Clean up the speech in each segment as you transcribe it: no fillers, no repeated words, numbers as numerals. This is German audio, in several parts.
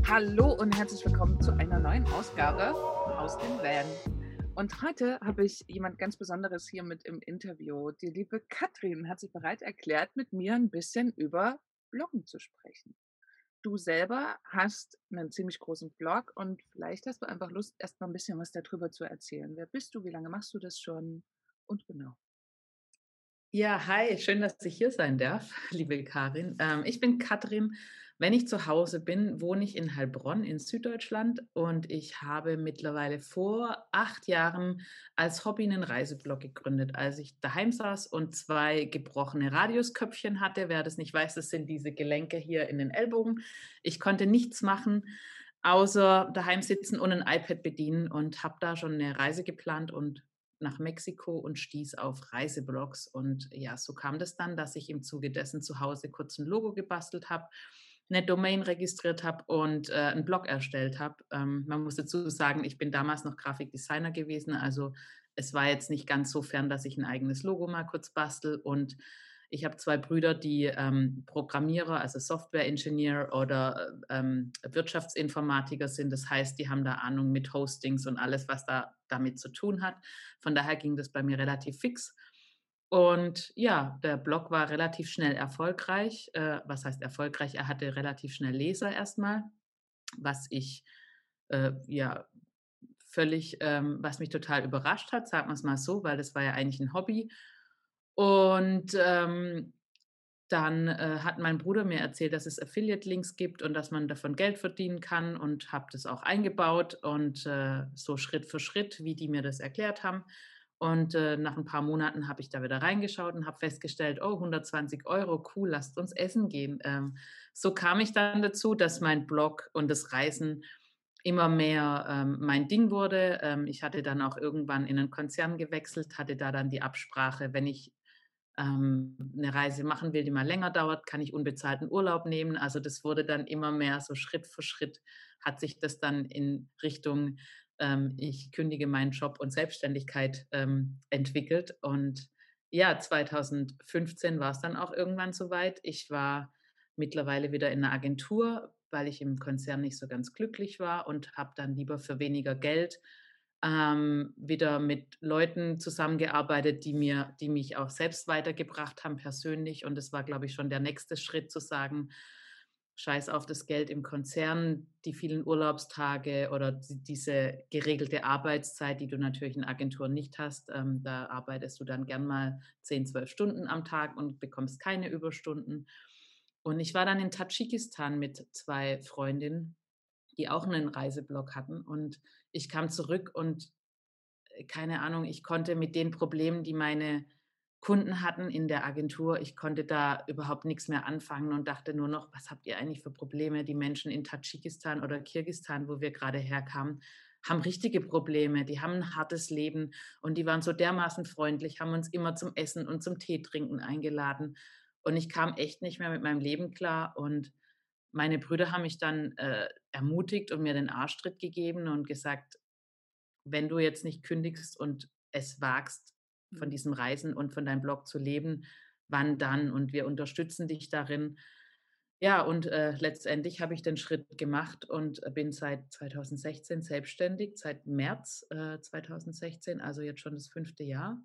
Hallo und herzlich willkommen zu einer neuen Ausgabe aus dem Van. Und heute habe ich jemand ganz Besonderes hier mit im Interview. Die liebe Katrin hat sich bereit erklärt, mit mir ein bisschen über Bloggen zu sprechen. Du selber hast einen ziemlich großen Blog und vielleicht hast du einfach Lust, erst mal ein bisschen was darüber zu erzählen. Wer bist du? Wie lange machst du das schon? Und genau. Ja, hi, schön, dass ich hier sein darf, liebe Karin. Ich bin Katrin. Wenn ich zu Hause bin, wohne ich in Heilbronn in Süddeutschland und ich habe mittlerweile vor 8 Jahren als Hobby einen Reiseblog gegründet, als ich daheim saß und zwei gebrochene Radiusköpfchen hatte. Wer das nicht weiß, das sind diese Gelenke hier in den Ellbogen. Ich konnte nichts machen, außer daheim sitzen und ein iPad bedienen und habe da schon eine Reise geplant und nach Mexiko und stieß auf Reiseblogs. Und ja, so kam das dann, dass ich im Zuge dessen zu Hause kurz ein Logo gebastelt habe, eine Domain registriert habe und 'n Blog erstellt habe. Man muss dazu sagen, ich bin damals noch Grafikdesigner gewesen, also es war jetzt nicht ganz so fern, dass ich ein eigenes Logo mal kurz bastel. Und ich habe 2 Brüder, die, Programmierer, also Software-Engineer oder, Wirtschaftsinformatiker sind. Das heißt, die haben da Ahnung mit Hostings und alles, was da damit zu tun hat. Von daher ging das bei mir relativ fix. Und ja, der Blog war relativ schnell erfolgreich. Was heißt erfolgreich? Er hatte relativ schnell Leser erstmal, was ich, ja, völlig was mich total überrascht hat, sagen wir es mal so, weil das war ja eigentlich ein Hobby. Und, dann, hat mein Bruder mir erzählt, dass es Affiliate-Links gibt und dass man davon Geld verdienen kann und habe das auch eingebaut und, so Schritt für Schritt, wie die mir das erklärt haben. Und, nach ein paar Monaten habe ich da wieder reingeschaut und habe festgestellt: „Oh, 120 €, cool, lasst uns essen gehen.“ So kam ich dann dazu, dass mein Blog und das Reisen immer mehr, mein Ding wurde. Ich hatte dann auch irgendwann in 'nen Konzern gewechselt, hatte da dann die Absprache, wenn ich 'ne Reise machen will, die mal länger dauert, kann ich unbezahlten Urlaub nehmen. Also, das wurde dann immer mehr so Schritt für Schritt hat sich das dann in Richtung, ich kündige meinen Job und Selbstständigkeit, entwickelt. Und ja, 2015 war es dann auch irgendwann so weit. Ich war mittlerweile wieder in 'ner Agentur, weil ich im Konzern nicht so ganz glücklich war und habe dann lieber für weniger Geld wieder mit Leuten zusammengearbeitet, die mich auch selbst weitergebracht haben persönlich. Und das war, glaube ich, schon der nächste Schritt zu sagen: „Scheiß auf das Geld im Konzern, die vielen Urlaubstage oder diese geregelte Arbeitszeit, die du natürlich in Agenturen nicht hast.“ Da arbeitest du dann gern mal 10, 12 Stunden am Tag und bekommst keine Überstunden. Und ich war dann in Tadschikistan mit 2 Freundinnen, die auch einen Reiseblog hatten. Und ich kam zurück und, keine Ahnung, ich konnte mit den Problemen, die meine Kunden hatten in der Agentur, ich konnte da überhaupt nichts mehr anfangen und dachte nur noch: „Was habt ihr eigentlich für Probleme?“ Die Menschen in Tadschikistan oder Kirgisistan, wo wir gerade herkamen, haben richtige Probleme. Die haben ein hartes Leben und die waren so dermaßen freundlich, haben uns immer zum Essen und zum Teetrinken eingeladen. Und ich kam echt nicht mehr mit meinem Leben klar. Und meine Brüder haben mich dann, ermutigt und mir den Arschtritt gegeben und gesagt: „Wenn du jetzt nicht kündigst und es wagst, von Mhm. diesem Reisen und von deinem Blog zu leben, wann dann? Und wir unterstützen dich darin.“ Ja, und, letztendlich habe ich den Schritt gemacht und bin seit 2016 selbstständig, seit März, 2016, also jetzt schon das 5. Jahr.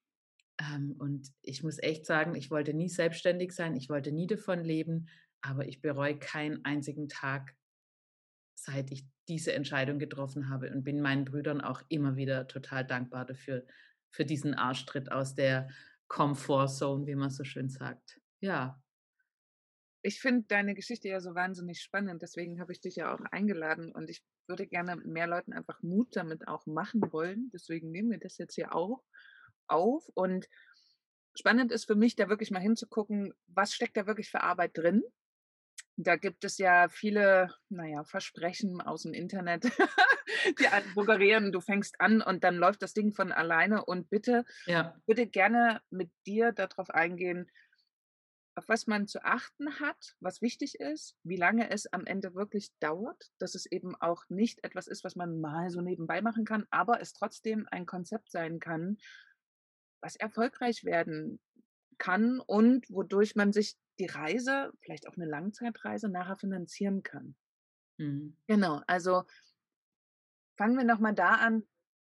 Und ich muss echt sagen, ich wollte nie selbstständig sein, ich wollte nie davon leben, aber ich bereue keinen einzigen Tag, seit ich diese Entscheidung getroffen habe, und bin meinen Brüdern auch immer wieder total dankbar dafür, für diesen Arschtritt aus der Comfort Zone, wie man so schön sagt. Ja, Ich finde deine Geschichte ja so wahnsinnig spannend, deswegen habe ich dich ja auch eingeladen und ich würde gerne mehr Leuten einfach Mut damit auch machen wollen. Deswegen nehmen wir das jetzt hier auch auf und spannend ist für mich, da wirklich mal hinzugucken, was steckt da wirklich für Arbeit drin? Da gibt es ja viele, naja, Versprechen aus dem Internet, die einem suggerieren, du fängst an und dann läuft das Ding von alleine und bitte, ja. ich würde gerne mit dir darauf eingehen, auf was man zu achten hat, was wichtig ist, wie lange es am Ende wirklich dauert, dass es eben auch nicht etwas ist, was man mal so nebenbei machen kann, aber es trotzdem ein Konzept sein kann, was erfolgreich werden kann und wodurch man sich die Reise, vielleicht auch 'ne Langzeitreise, nachher finanzieren kann. Mhm. Genau, also fangen wir noch mal da an,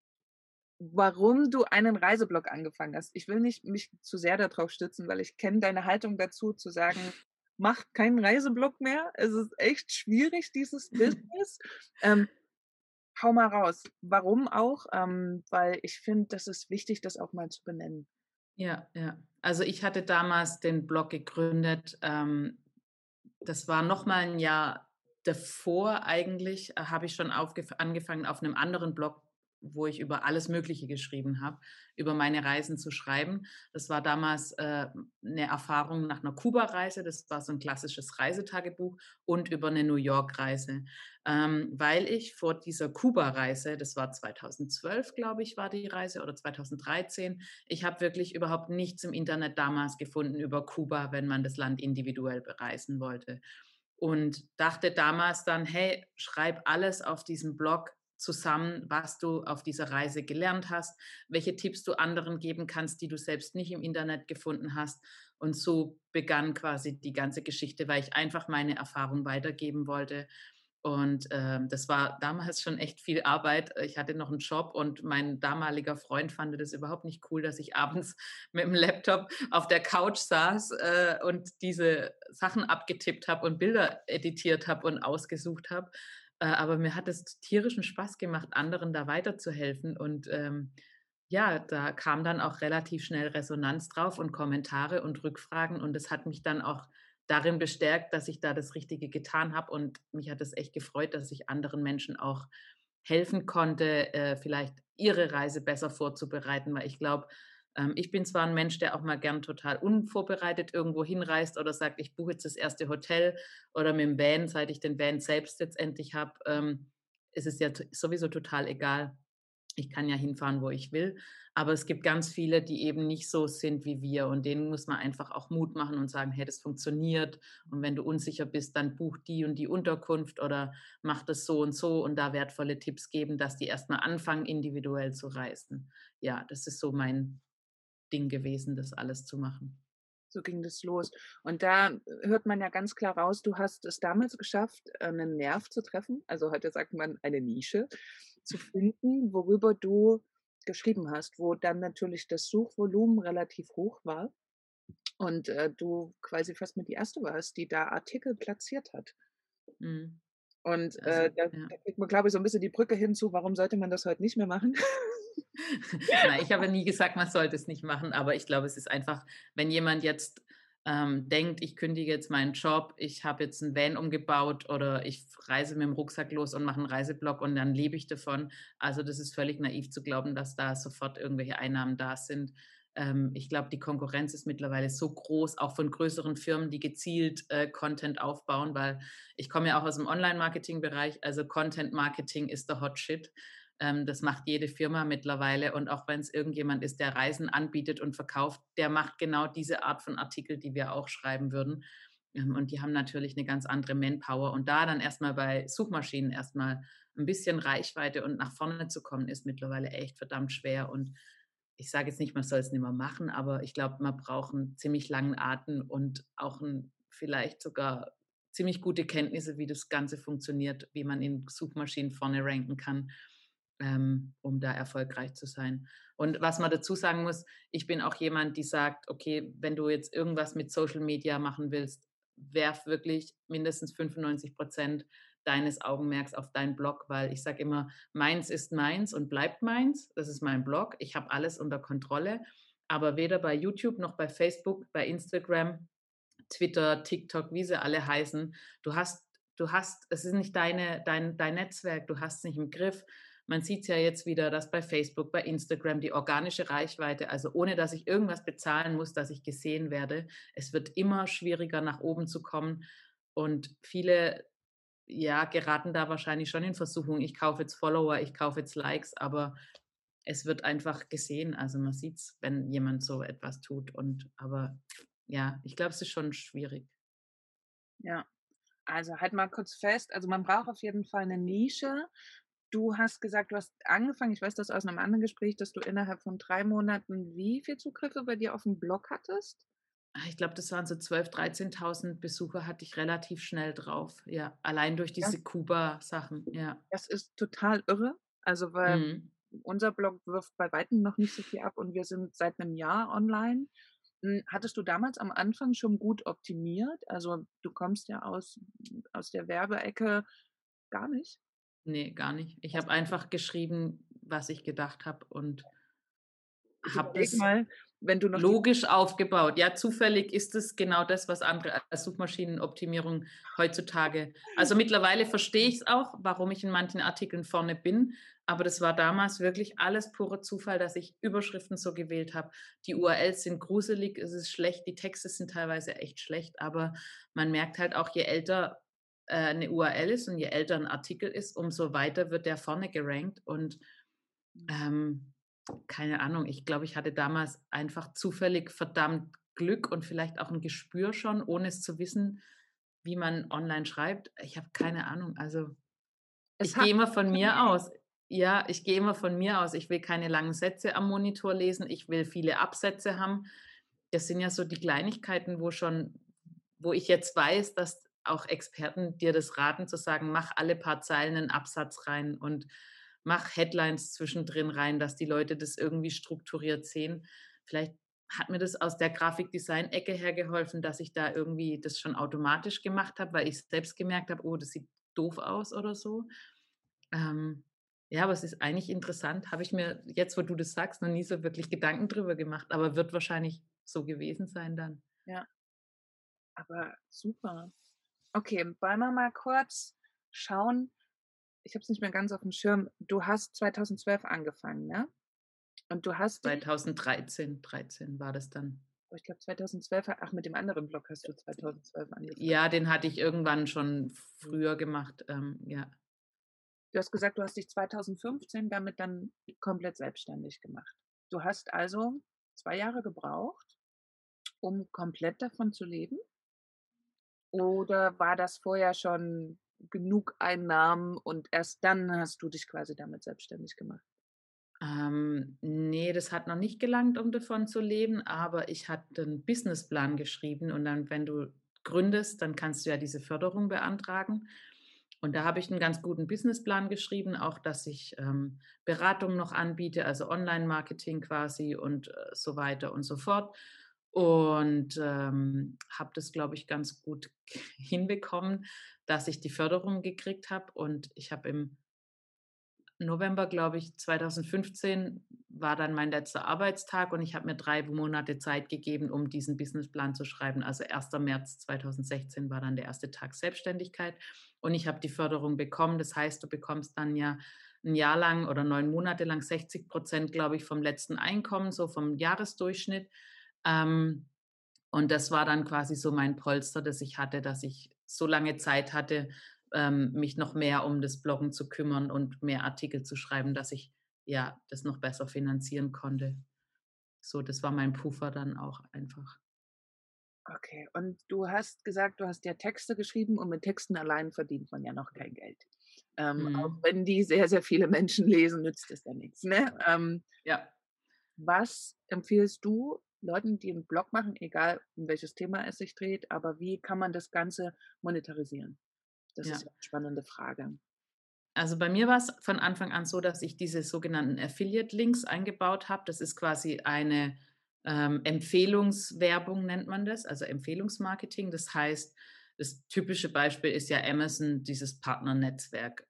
warum du einen Reiseblog angefangen hast. Ich will nicht mich zu sehr da drauf stützen, weil ich kenne deine Haltung dazu, zu sagen: „Mach keinen Reiseblog mehr. Es ist echt schwierig, dieses Business.“ Ähm, hau mal raus. Warum auch? Weil ich finde, das ist wichtig, das auch mal zu benennen. Ja, ja. Also, ich hatte damals den Blog gegründet, das war noch mal 'n Jahr davor eigentlich, habe ich schon angefangen, auf 'nem anderen Blog, wo ich über alles Mögliche geschrieben habe, über meine Reisen zu schreiben. Das war damals, 'ne Erfahrung nach 'ner Kuba-Reise. Das war so 'n klassisches Reisetagebuch und über 'ne New York-Reise. Weil ich vor dieser Kuba-Reise, das war 2012, glaube ich, war die Reise oder 2013, ich habe wirklich überhaupt nichts im Internet damals gefunden über Kuba, wenn man das Land individuell bereisen wollte. Und dachte damals dann: „Hey, schreib alles auf diesem Blog zusammen, was du auf dieser Reise gelernt hast, welche Tipps du anderen geben kannst, die du selbst nicht im Internet gefunden hast.“ Und so begann quasi die ganze Geschichte, weil ich einfach meine Erfahrung weitergeben wollte. Und, das war damals schon echt viel Arbeit. Ich hatte noch einen Job und mein damaliger Freund fand das überhaupt nicht cool, dass ich abends mit dem Laptop auf der Couch saß, und diese Sachen abgetippt habe und Bilder editiert habe und ausgesucht habe. Aber mir hat es tierischen Spaß gemacht, anderen da weiterzuhelfen und, ja, da kam dann auch relativ schnell Resonanz drauf und Kommentare und Rückfragen und das hat mich dann auch darin bestärkt, dass ich da das Richtige getan habe und mich hat es echt gefreut, dass ich anderen Menschen auch helfen konnte, vielleicht ihre Reise besser vorzubereiten, weil ich glaube, ich bin zwar ein Mensch, der auch mal gern total unvorbereitet irgendwo hinreist oder sagt: „Ich buche jetzt das erste Hotel“ oder mit dem Van, seit ich den Van selbst jetzt endlich habe, ist es ja sowieso total egal. Ich kann ja hinfahren, wo ich will. Aber es gibt ganz viele, die eben nicht so sind wie wir und denen muss man einfach auch Mut machen und sagen: „Hey, das funktioniert und wenn du unsicher bist, dann buch die und die Unterkunft oder mach das so und so“ und da wertvolle Tipps geben, dass die erst mal anfangen, individuell zu reisen. Ja, das ist so mein Ding gewesen, das alles zu machen. So ging das los. Und da hört man ja ganz klar raus, du hast es damals geschafft, 'nen Nerv zu treffen, also heute sagt man eine Nische, zu finden, worüber du geschrieben hast, wo dann natürlich das Suchvolumen relativ hoch war und, du quasi fast mit die Erste warst, die da Artikel platziert hat. Mhm. Und, Also, ja. da kriegt man, glaube ich, so 'n bisschen die Brücke hinzu, warum sollte man das heute nicht mehr machen? Nein, ich habe nie gesagt, man sollte es nicht machen, aber ich glaube, es ist einfach, wenn jemand jetzt, denkt: „Ich kündige jetzt meinen Job, ich habe jetzt 'n Van umgebaut oder ich reise mit dem Rucksack los und mache 'n Reiseblog und dann lebe ich davon.“ Also, das ist völlig naiv zu glauben, dass da sofort irgendwelche Einnahmen da sind. Ich glaube, die Konkurrenz ist mittlerweile so groß, auch von größeren Firmen, die gezielt, Content aufbauen, weil ich komme ja auch aus dem Online-Marketing-Bereich, also Content Marketing ist der Hot Shit. Das macht jede Firma mittlerweile und auch wenn es irgendjemand ist, der Reisen anbietet und verkauft, der macht genau diese Art von Artikel, die wir auch schreiben würden. Und die haben natürlich eine ganz andere Manpower und da dann erstmal bei Suchmaschinen erstmal ein bisschen Reichweite und nach vorne zu kommen, ist mittlerweile echt verdammt schwer und ich sage jetzt nicht, man soll es nicht mehr machen, aber ich glaube, man braucht einen ziemlich langen Atem und auch 'n vielleicht sogar ziemlich gute Kenntnisse, wie das Ganze funktioniert, wie man in Suchmaschinen vorne ranken kann, um da erfolgreich zu sein. Und was man dazu sagen muss, ich bin auch jemand, die sagt: „Okay, wenn du jetzt irgendwas mit Social Media machen willst, werf wirklich mindestens 95% deines Augenmerks auf deinen Blog“, weil ich sage immer: „Meins ist meins und bleibt meins. Das ist mein Blog. Ich habe alles unter Kontrolle.“ Aber weder bei YouTube noch bei Facebook, bei Instagram, Twitter, TikTok, wie sie alle heißen. Du hast es ist nicht dein Netzwerk, du hast es nicht im Griff. Man sieht es ja jetzt wieder, dass bei Facebook, bei Instagram die organische Reichweite, also ohne dass ich irgendwas bezahlen muss, dass ich gesehen werde. Es wird immer schwieriger, nach oben zu kommen und viele, ja, geraten da wahrscheinlich schon in Versuchung: „Ich kaufe jetzt Follower, ich kaufe jetzt Likes“, aber es wird einfach gesehen. Also, man sieht's, wenn jemand so etwas tut und aber ja, ich glaube, es ist schon schwierig. Ja, also halt mal kurz fest, also man braucht auf jeden Fall 'ne Nische. Du hast gesagt, du hast angefangen, ich weiß das aus 'nem anderen Gespräch, dass du innerhalb von 3 Monaten wie viel Zugriffe bei dir aufm Blog hattest? Ich glaube, das waren so 12.000, 13.000 Besucher hatte ich relativ schnell drauf. Ja, allein durch Das diese Kuba-Sachen, ja. das ist total irre. Also, weil Mhm. unser Blog wirft bei Weitem noch nicht so viel ab und wir sind seit 'nem Jahr online. Hattest du damals am Anfang schon gut optimiert? Also, du kommst ja aus der Werbeecke. Gar nicht? Ne, gar nicht. Ich Das habe einfach geschrieben, was ich gedacht habe und Jetzt habe überleg das mal, wenn du noch die logisch aufgebaut. Ja, zufällig ist es genau das, was andere als Suchmaschinenoptimierung heutzutage, also, mittlerweile verstehe ich's auch, warum ich in manchen Artikeln vorne bin, aber das war damals wirklich alles purer Zufall, dass ich Überschriften so gewählt habe. Die URLs sind gruselig, es ist schlecht, die Texte sind teilweise echt schlecht, aber man merkt halt auch, je älter, 'ne URL ist und je älter 'n Artikel ist, umso weiter wird der vorne gerankt und, ähm keine Ahnung, ich glaube, ich hatte damals einfach zufällig verdammt Glück und vielleicht auch 'n Gespür schon, ohne es zu wissen, wie man online schreibt. Ich habe keine Ahnung. Also, es ich hat gehe immer von mir aus. Ja, ich gehe immer von mir aus. Ich will keine langen Sätze am Monitor lesen. Ich will viele Absätze haben. Das sind ja so die Kleinigkeiten, wo ich jetzt weiß, dass auch Experten dir das raten, zu sagen: „Mach alle paar Zeilen 'nen Absatz rein und mach Headlines zwischendrin rein, dass die Leute das irgendwie strukturiert sehen.“ Vielleicht hat mir das aus der Grafikdesign-Ecke her geholfen, dass ich da irgendwie das schon automatisch gemacht habe, weil ich selbst gemerkt habe: „Oh, das sieht doof aus“ oder so. Ähm, ja, aber es ist eigentlich interessant. Habe ich mir jetzt, wo du das sagst, noch nie so wirklich Gedanken drüber gemacht, aber wird wahrscheinlich so gewesen sein dann. ja, aber super. Okay, wollen wir mal kurz schauen. Ich habe es nicht mehr ganz aufm Schirm. Du hast 2012 angefangen, ne? Und du hast dich 2013 war das dann. oh, ich glaube 2012 mit dem anderen Blog hast du 2012 angefangen. Ja, den hatte ich irgendwann schon Mhm. früher gemacht, ja. Du hast gesagt, du hast dich 2015 damit dann komplett selbstständig gemacht. Du hast also 2 Jahre gebraucht, um komplett davon zu leben? Oder war das vorher schon genug Einnahmen und erst dann hast du dich quasi damit selbstständig gemacht? Ne, das hat noch nicht gelangt, um davon zu leben, aber ich hatte 'n Businessplan geschrieben und dann, wenn du gründest, dann kannst du ja diese Förderung beantragen. Und da habe ich 'n ganz guten Businessplan geschrieben, auch dass ich, Beratung noch anbiete, also Online-Marketing quasi und, so weiter und so fort. Und, habe das, glaube ich, ganz gut hinbekommen, dass ich die Förderung gekriegt habe. Und ich habe im November, glaube ich, 2015 war dann mein letzter Arbeitstag und ich habe mir 3 Monate Zeit gegeben, um diesen Businessplan zu schreiben. Also 1. März 2016 war dann der erste Tag Selbstständigkeit und ich habe die Förderung bekommen. Das heißt, du bekommst dann ja 'n Jahr lang oder 9 Monate lang 60%, glaube ich, vom letzten Einkommen, so vom Jahresdurchschnitt. Ähm, und das war dann quasi so mein Polster, das ich hatte, dass ich so lange Zeit hatte, mich noch mehr um das Bloggen zu kümmern und mehr Artikel zu schreiben, dass ich, ja, das noch besser finanzieren konnte. So, das war mein Puffer dann auch einfach. Okay, und du hast gesagt, du hast ja Texte geschrieben und mit Texten allein verdient man ja noch kein Geld. Auch Mhm. wenn die sehr, sehr viele Menschen lesen, nützt es ja nix, ne? Ja, Was empfiehlst du Leuten, die 'n Blog machen, egal um welches Thema es sich dreht, aber wie kann man das Ganze monetarisieren? Das ist ja. ja 'ne spannende Frage. Also, bei mir war's von Anfang an so, dass ich diese sogenannten Affiliate-Links eingebaut habe. Das ist quasi eine, Empfehlungswerbung nennt man das, also Empfehlungsmarketing. Das heißt, das typische Beispiel ist ja Amazon, dieses Partnernetzwerk.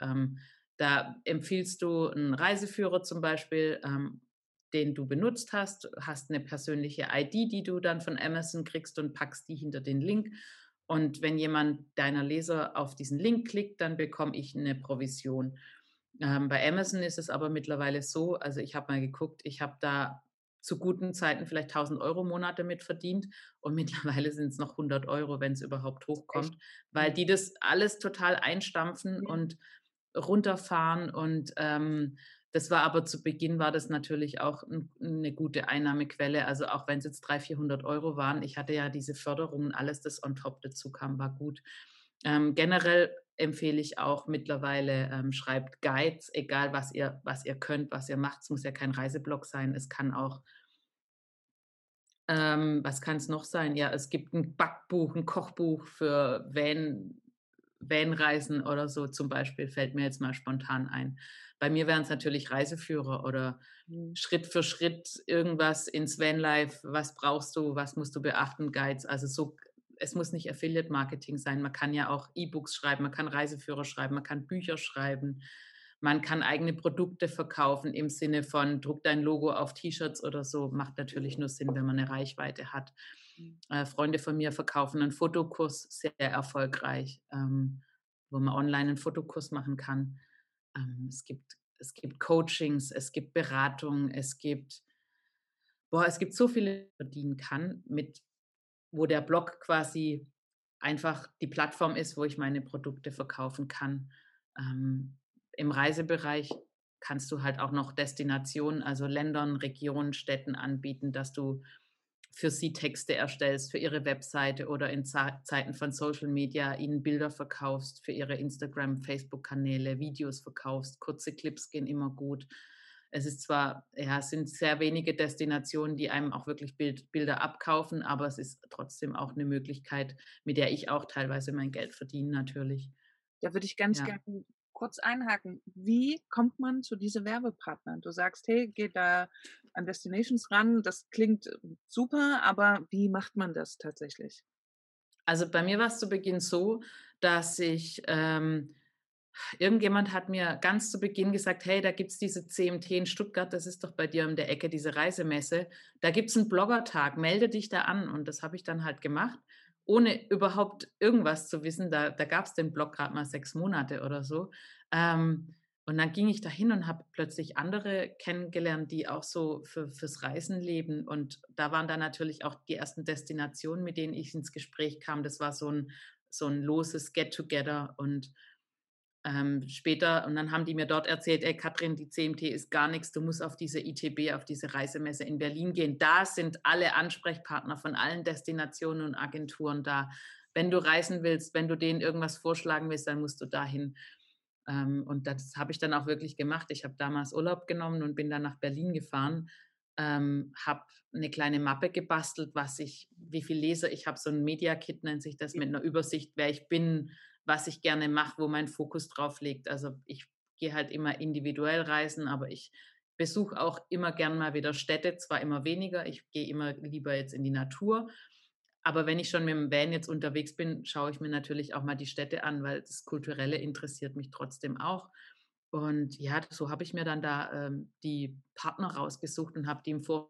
Da empfiehlst du 'n Reiseführer zum Beispiel, den du benutzt hast 'ne persönliche ID, die du dann von Amazon kriegst und packst die hinter den Link. Und wenn jemand deiner Leser auf diesen Link klickt, dann bekomme ich 'ne Provision. Bei Amazon ist es aber mittlerweile so, also, ich habe mal geguckt, ich habe da zu guten Zeiten vielleicht 1.000 € im Monat damit verdient und mittlerweile sind's noch 100 €, wenn's überhaupt Echt? hochkommt, weil Mhm. die das alles total einstampfen Ja. und runterfahren und, das war aber zu Beginn war das natürlich auch 'ne gute Einnahmequelle. Also, auch wenn's jetzt 300, 400 € waren. Ich hatte ja diese Förderung und alles, das on top dazu kam, war gut. Generell empfehle ich auch mittlerweile, schreibt Guides, egal was ihr könnt, was ihr macht. Es muss ja kein Reiseblog sein. Es kann auch Was kann es noch sein? Ja, es gibt ein Backbuch, ein Kochbuch für Vanreisen oder so zum Beispiel, fällt mir jetzt mal spontan ein. Bei mir wären es natürlich Reiseführer oder Mhm. Schritt für Schritt irgendwas ins Vanlife. Was brauchst du? Was musst du beachten? Guides. Also so, es muss nicht Affiliate Marketing sein. Man kann ja auch E-Books schreiben, man kann Reiseführer schreiben, man kann Bücher schreiben. Man kann eigene Produkte verkaufen im Sinne von druck dein Logo auf T-Shirts oder so. Macht natürlich nur Sinn, wenn man eine Reichweite hat. Mhm. Freunde von mir verkaufen einen Fotokurs sehr erfolgreich, wo man online einen Fotokurs machen kann. Es gibt Coachings, es gibt Beratung, es gibt so viele verdienen kann, wo der Blog quasi einfach die Plattform ist, wo ich meine Produkte verkaufen kann. Ähm, Im Reisebereich kannst du halt auch noch Destinationen, also Ländern, Regionen, Städten anbieten, dass du für sie Texte erstellst, für ihre Webseite oder in Zeiten von Social Media ihnen Bilder verkaufst für ihre Instagram, Facebook-Kanäle, Videos verkaufst. Kurze Clips gehen immer gut. Es ist zwar, ja, es sind sehr wenige Destinationen, die einem auch wirklich Bilder abkaufen, aber es ist trotzdem auch eine Möglichkeit, mit der ich auch teilweise mein Geld verdiene natürlich. Da würde ich ganz Ja. gerne kurz einhaken. Wie kommt man zu diese Werbepartnern? Du sagst: „Hey, geh da an Destinations ran.“ Das klingt super, aber wie macht man das tatsächlich? Also, bei mir war es zu Beginn so, dass irgendjemand hat mir ganz zu Beginn gesagt: „Hey, da gibt's diese CMT in Stuttgart, das ist doch bei dir um der Ecke, diese Reisemesse. Da gibt's 'n Bloggertag, melde dich da an.“ Und das habe ich dann halt gemacht, ohne überhaupt irgendwas zu wissen. Da gab's den Blog grad mal 6 Monate oder so. Und dann ging ich da hin und habe plötzlich andere kennengelernt, die auch so fürs Reisen leben. Und da waren dann natürlich auch die ersten Destinationen, mit denen ich ins Gespräch kam. Das war so 'n loses Get Together und später und dann haben die mir dort erzählt: „Ey Katrin, die CMT ist gar nichts. Du musst auf diese ITB, auf diese Reisemesse in Berlin gehen. Da sind alle Ansprechpartner von allen Destinationen und Agenturen da. Wenn du reisen willst, wenn du denen irgendwas vorschlagen willst, dann musst du dahin.“ Und das habe ich dann auch wirklich gemacht. Ich habe damals Urlaub genommen und bin dann nach Berlin gefahren, habe eine kleine Mappe gebastelt, wie viel Leser ich habe, so ein Media Kit nennt sich das, mit einer Übersicht, wer ich bin, was ich gerne mache, wo mein Fokus drauf liegt. Also, ich gehe halt immer individuell reisen, aber ich besuche auch immer gern mal wieder Städte, zwar immer weniger, ich gehe immer lieber jetzt in die Natur, aber wenn ich schon mit dem Van jetzt unterwegs bin, schaue ich mir natürlich auch mal die Städte an, weil das Kulturelle interessiert mich trotzdem auch. Und ja, so habe ich mir dann da, die Partner rausgesucht und habe die im Vor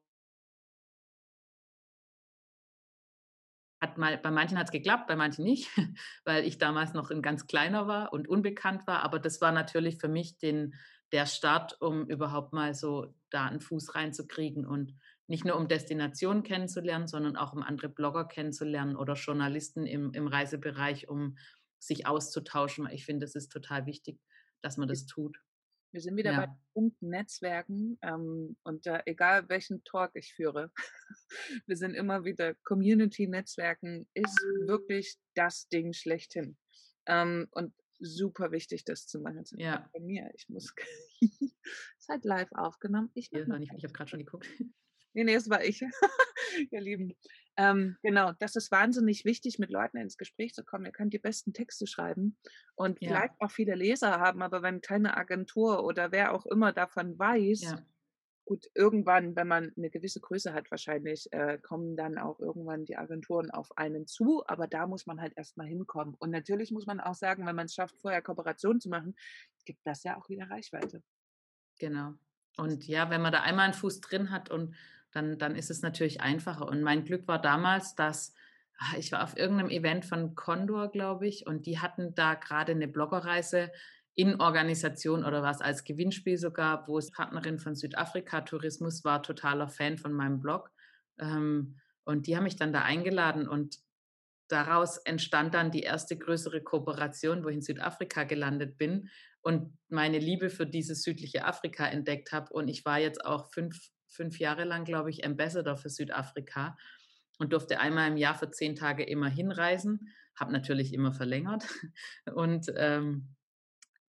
Hat mal bei manchen hat's geklappt, bei manchen nicht, weil ich damals noch 'n ganz kleiner war und unbekannt war. Aber das war natürlich für mich der Start, um überhaupt mal so da 'n Fuß reinzukriegen und nicht nur um Destinationen kennenzulernen, sondern auch um andere Blogger kennenzulernen oder Journalisten im Reisebereich, um sich auszutauschen. Ich finde, das ist total wichtig, dass man das tut. Wir sind wieder bei Ja, Punkt Netzwerken, und da egal welchen Talk ich führe, wir sind immer wieder Community-Netzwerken ist wirklich das Ding schlechthin. Und super wichtig, das zu machen. Jetzt grad ja. bei mir, ich muss ist halt live aufgenommen. Ich mache Hier mal war nicht, ich habe ganz grad schon kurz. geguckt. Ne, ne, es war ich, ihr Lieben. Genau, das ist wahnsinnig wichtig, mit Leuten ins Gespräch zu kommen. Ihr könnt die besten Texte schreiben und vielleicht Ja, auch viele Leser haben, aber wenn keine Agentur oder wer auch immer davon weiß ja. gut, irgendwann, wenn man 'ne gewisse Größe hat wahrscheinlich, kommen dann auch irgendwann die Agenturen auf einen zu, aber da muss man halt erst mal hinkommen. Und natürlich muss man auch sagen, wenn man's schafft, vorher Kooperationen zu machen, gibt das ja auch wieder Reichweite. Genau. Das Und ja, wenn man da einmal 'n Fuß drin hat und dann ist es natürlich einfacher. Und mein Glück war damals, dass ich war auf irgend 'nem Event von Condor, glaube ich, und die hatten da grade 'ne Bloggerreise in Organisation oder war's als Gewinnspiel sogar, wo es Partnerin von Südafrika Tourismus war, totaler Fan von meinem Blog. Und die haben mich dann da eingeladen und daraus entstand dann die erste größere Kooperation, wo ich in Südafrika gelandet bin und meine Liebe für dieses südliche Afrika entdeckt habe. Und ich war jetzt auch fünf Jahre lang, glaube ich, Ambassador für Südafrika und durfte einmal im Jahr für 10 Tage immer hinreisen, habe natürlich immer verlängert. Und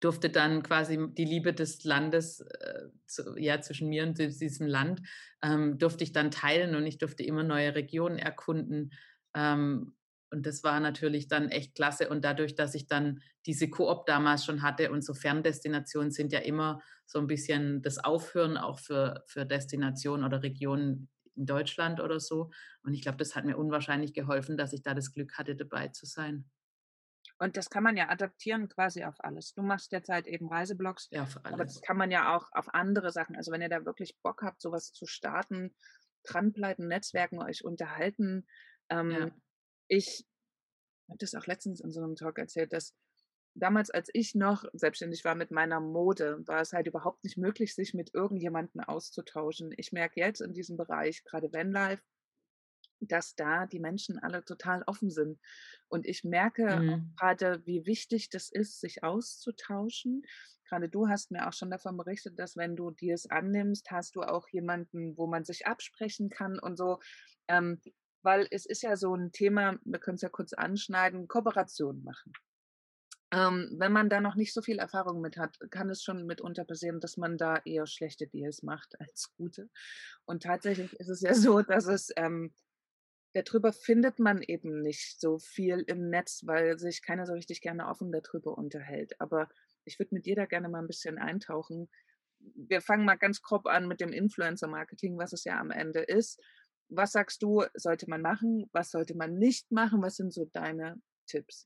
durfte dann quasi die Liebe des Landes, ja, zwischen mir und diesem Land, durfte ich dann teilen und ich durfte immer neue Regionen erkunden. Und das war natürlich dann echt klasse. Und dadurch, dass ich dann diese Koop damals schon hatte und so Ferndestinationen sind ja immer so ein bisschen das Aufhören auch für Destinationen oder Regionen in Deutschland oder so. Und ich glaube, das hat mir unwahrscheinlich geholfen, dass ich da das Glück hatte, dabei zu sein. Und das kann man ja adaptieren quasi auf alles. Du machst derzeit eben Reiseblogs, Ja, für aber das alles. kann man ja auch auf andere Sachen, also, wenn ihr da wirklich Bock habt, so was zu starten, dranbleiben, netzwerken, euch unterhalten. Ja. Ich habe das auch letztens in so 'nem Talk erzählt, dass damals, als ich noch selbstständig war mit meiner Mode, war es halt überhaupt nicht möglich, sich mit irgendjemandem auszutauschen. Ich merke jetzt in diesem Bereich, grade Vanlife, dass da die Menschen alle total offen sind. Und ich merke auch Mhm. grade, wie wichtig das ist, sich auszutauschen. Grade du hast mir auch schon davon berichtet, dass wenn du dir's annimmst, hast du auch jemanden, wo man sich absprechen kann und so. Ähm, weil es ist ja so 'n Thema, wir können's ja kurz anschneiden, Kooperation machen. Wenn man da noch nicht so viel Erfahrung mit hat, kann es schon mitunter passieren, dass man da eher schlechte Deals macht als gute. Und tatsächlich ist es ja so, dass darüber findet man eben nicht so viel im Netz, weil sich keiner so richtig gerne offen darüber unterhält. Aber ich würde mit dir da gerne mal ein bisschen eintauchen. Wir fangen mal ganz grob an mit dem Influencer-Marketing, was es ja am Ende ist. Was sagst du, sollte man machen? Was sollte man nicht machen? Was sind so deine Tipps?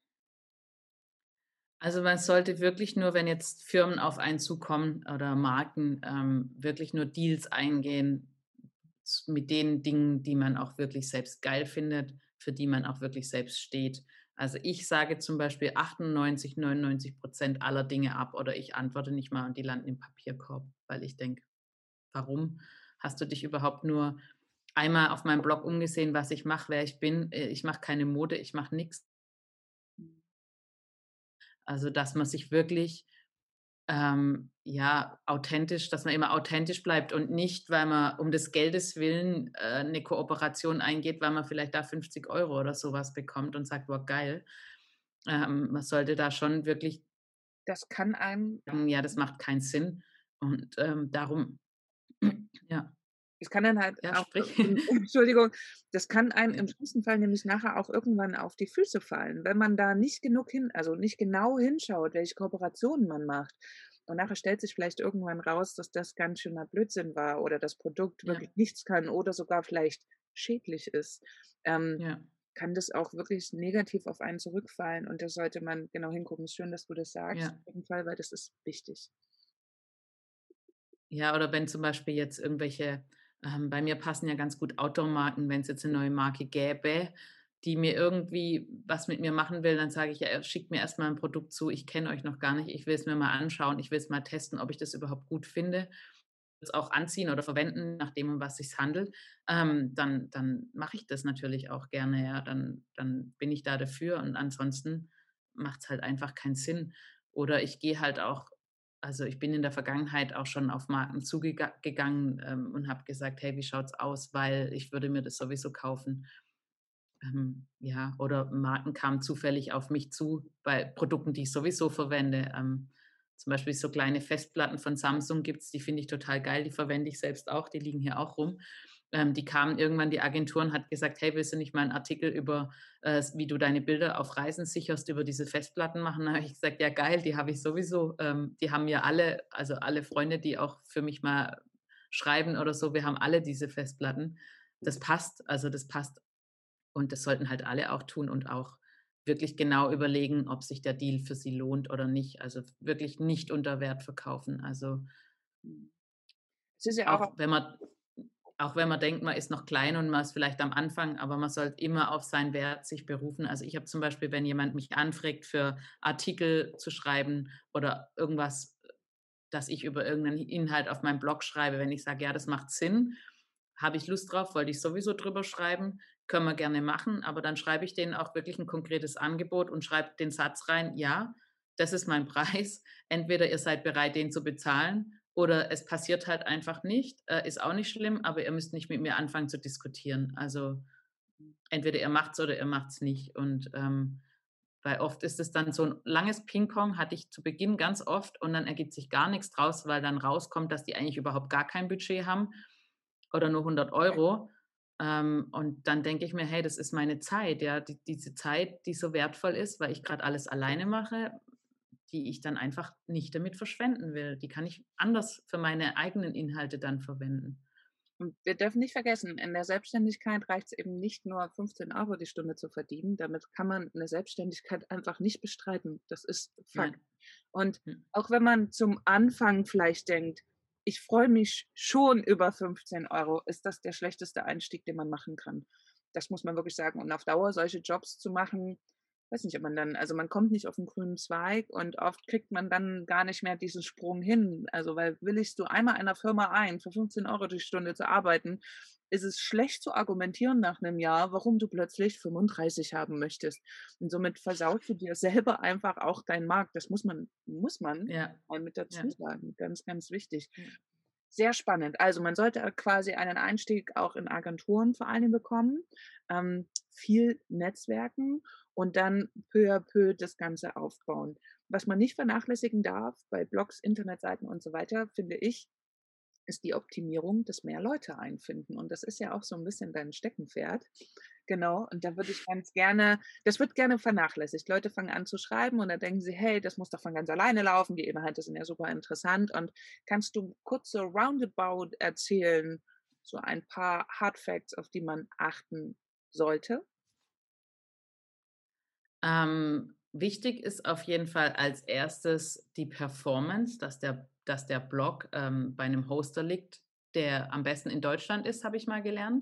Also, man sollte wirklich nur, wenn jetzt Firmen auf einen zukommen oder Marken, wirklich nur Deals eingehen mit den Dingen, die man auch wirklich selbst geil findet, für die man auch wirklich selbst steht. Also, ich sage zum Beispiel 98, 99% aller Dinge ab oder ich antworte nicht mal und die landen im Papierkorb, weil ich denke: „Warum? Hast du dich überhaupt nur einmal auf meinem Blog umgesehen, was ich mache, wer ich bin?“ Ich mache keine Mode, ich mache nichts. Also, dass man sich wirklich ja, authentisch, dass man immer authentisch bleibt und nicht, weil man um des Geldes willen, 'ne Kooperation eingeht, weil man vielleicht da 50 € oder sowas bekommt und sagt: „Boah, geil.“ Man sollte da schon wirklich Das kann einem sagen: „Ja, das macht keinen Sinn.“ Und, darum ja, Es kann dann halt ja, auch sprich. Entschuldigung, das kann einem im schlimmsten Fall nämlich nachher auch irgendwann auf die Füße fallen, wenn man da nicht genug nicht genau hinschaut, welche Kooperationen man macht. Und nachher stellt sich vielleicht irgendwann raus, dass das ganz schöner Blödsinn war oder das Produkt Ja, wirklich nichts kann oder sogar vielleicht schädlich ist. Ähm, ja, kann das auch wirklich negativ auf einen zurückfallen und da sollte man genau hingucken. Ist schön, dass du das sagst, ja. auf jeden Fall, weil das ist wichtig. Ja, oder wenn zum Beispiel jetzt irgendwelche bei mir passen ja ganz gut Outdoor-Marken, wenn es jetzt eine neue Marke gäbe, die mir irgendwie was mit mir machen will, dann sage ich: „Ja, schickt mir erst mal 'n Produkt zu. Ich kenne euch noch gar nicht. Ich will es mir mal anschauen. Ich will es mal testen, ob ich das überhaupt gut finde, es auch anziehen oder verwenden, nachdem, um was sich's handelt.“ Dann mache ich das natürlich auch gerne, ja. Dann bin ich da dafür und ansonsten macht es halt einfach keinen Sinn. Oder ich gehe halt auch also, ich bin in der Vergangenheit auch schon auf Marken zugegangen, und habe gesagt: „Hey, wie schaut's aus? Weil ich würde mir das sowieso kaufen.“ ja, oder Marken kamen zufällig auf mich zu bei Produkten, die ich sowieso verwende. Zum Beispiel so kleine Festplatten von Samsung gibt's, die finde ich total geil, die verwende ich selbst auch, die liegen hier auch rum. Die kamen irgendwann die Agentur und hat gesagt: „Hey, willst du nicht mal 'n Artikel über, wie du deine Bilder auf Reisen sicherst, über diese Festplatten machen?“ Da habe ich gesagt: „Ja geil, die habe ich sowieso.“ Die haben ja alle also alle Freunde, die auch für mich mal schreiben oder so, wir haben alle diese Festplatten. Das passt, also das passt und das sollten halt alle auch tun und auch wirklich genau überlegen, ob sich der Deal für sie lohnt oder nicht. Also, wirklich nicht unter Wert verkaufen. Also, Mhm. Es ist ja auch auch wenn man auch wenn man denkt, man ist noch klein und man ist vielleicht am Anfang, aber man sollte immer auf seinen Wert sich berufen. Also, ich habe zum Beispiel, wenn jemand mich anfragt, für Artikel zu schreiben oder irgendwas, dass ich über irgendeinen Inhalt auf meinem Blog schreibe, wenn ich sage: „Ja, das macht Sinn, habe ich Lust drauf, wollte ich sowieso drüber schreiben, können wir gerne machen“, aber dann schreibe ich denen auch wirklich ein konkretes Angebot und schreibe den Satz rein: „Ja, das ist mein Preis. Entweder ihr seid bereit, den zu bezahlen oder es passiert halt einfach nicht, ist auch nicht schlimm, aber ihr müsst nicht mit mir anfangen zu diskutieren.“ Also, entweder ihr macht's oder ihr macht's nicht und, Weil oft ist es dann so ein langes Pingpong, hatte ich zu Beginn ganz oft und dann ergibt sich gar nichts draus, weil dann rauskommt, dass die eigentlich überhaupt gar kein Budget haben oder nur 100 €. Und dann denke ich mir: „Hey, das ist meine Zeit, ja, diese Zeit, die so wertvoll ist, weil ich gerade alles alleine mache, die ich dann einfach nicht damit verschwenden will. Die kann ich anders für meine eigenen Inhalte dann verwenden." Und wir dürfen nicht vergessen, in der Selbstständigkeit reicht es eben nicht nur 15 € die Stunde zu verdienen. Damit kann man 'ne Selbstständigkeit einfach nicht bestreiten. Das ist Fakt. Nein. Und Mhm. auch wenn man zum Anfang vielleicht denkt: „Ich freue mich schon über 15 €“, ist das der schlechteste Einstieg, den man machen kann. Das muss man wirklich sagen. Und auf Dauer solche Jobs zu machen, weiß nicht, ob man dann, also, man kommt nicht auf 'n grünen Zweig und oft kriegt man dann gar nicht mehr diesen Sprung hin. Also, weil willigst du einmal einer Firma ein, für 15 € die Stunde zu arbeiten, ist es schlecht zu argumentieren nach 'nem Jahr, warum du plötzlich 35 haben möchtest. Und somit versaust du dir selber einfach auch deinen Markt. Das muss man Ja, mal mit dazu ja, sagen. Ganz, ganz wichtig. ja. Sehr spannend. Also, man sollte quasi einen Einstieg auch in Agenturen vor allen Dingen bekommen, viel netzwerken und dann peu à peu das Ganze aufbauen. Was man nicht vernachlässigen darf bei Blogs, Internetseiten und so weiter, finde ich, ist die Optimierung, dass mehr Leute einfinden. Und das ist ja auch so 'n bisschen dein Steckenpferd. Genau, und da würde ich ganz gerne, das wird gerne vernachlässigt. Leute fangen an zu schreiben und dann denken sie: „Hey, das muss doch von ganz alleine laufen. Die Inhalte sind ja super interessant.“ Und kannst du kurz so roundabout erzählen, so ein paar Hard Facts, auf die man achten sollte? Wichtig ist auf jeden Fall als erstes die Performance, dass der Blog, bei einem Hoster liegt, der am besten in Deutschland ist, habe ich mal gelernt,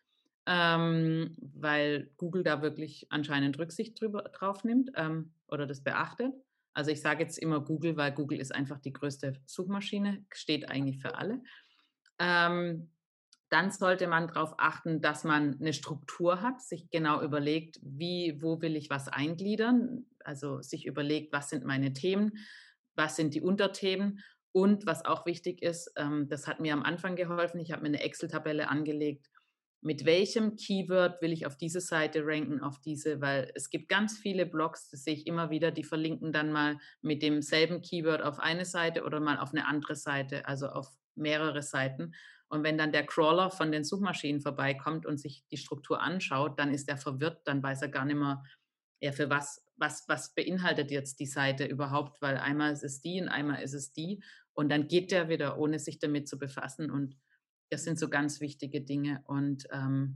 weil Google da wirklich anscheinend Rücksicht drauf nimmt, oder das beachtet. Also, ich sage jetzt immer Google, weil Google ist einfach die größte Suchmaschine, steht eigentlich für alle. Ähm, Dann sollte man darauf achten, dass man eine Struktur hat, sich genau überlegt, wo will ich was eingliedern? Also, sich überlegt: „Was sind meine Themen? Was sind die Unterthemen?" Und was auch wichtig ist, das hat mir am Anfang geholfen, ich habe mir eine Excel-Tabelle angelegt, mit welchem Keyword will ich auf diese Seite ranken, auf diese, weil es gibt ganz viele Blogs, das sehe ich immer wieder, die verlinken dann mal mit demselben Keyword auf eine Seite oder mal auf eine andere Seite, also auf mehrere Seiten. Und wenn dann der Crawler von den Suchmaschinen vorbeikommt und sich die Struktur anschaut, dann ist er verwirrt, dann weiß er gar nicht mehr, ja, für was beinhaltet jetzt die Seite überhaupt, weil einmal ist es die und einmal ist es die. Und dann geht der wieder, ohne sich damit zu befassen. Und das sind so ganz wichtige Dinge. Und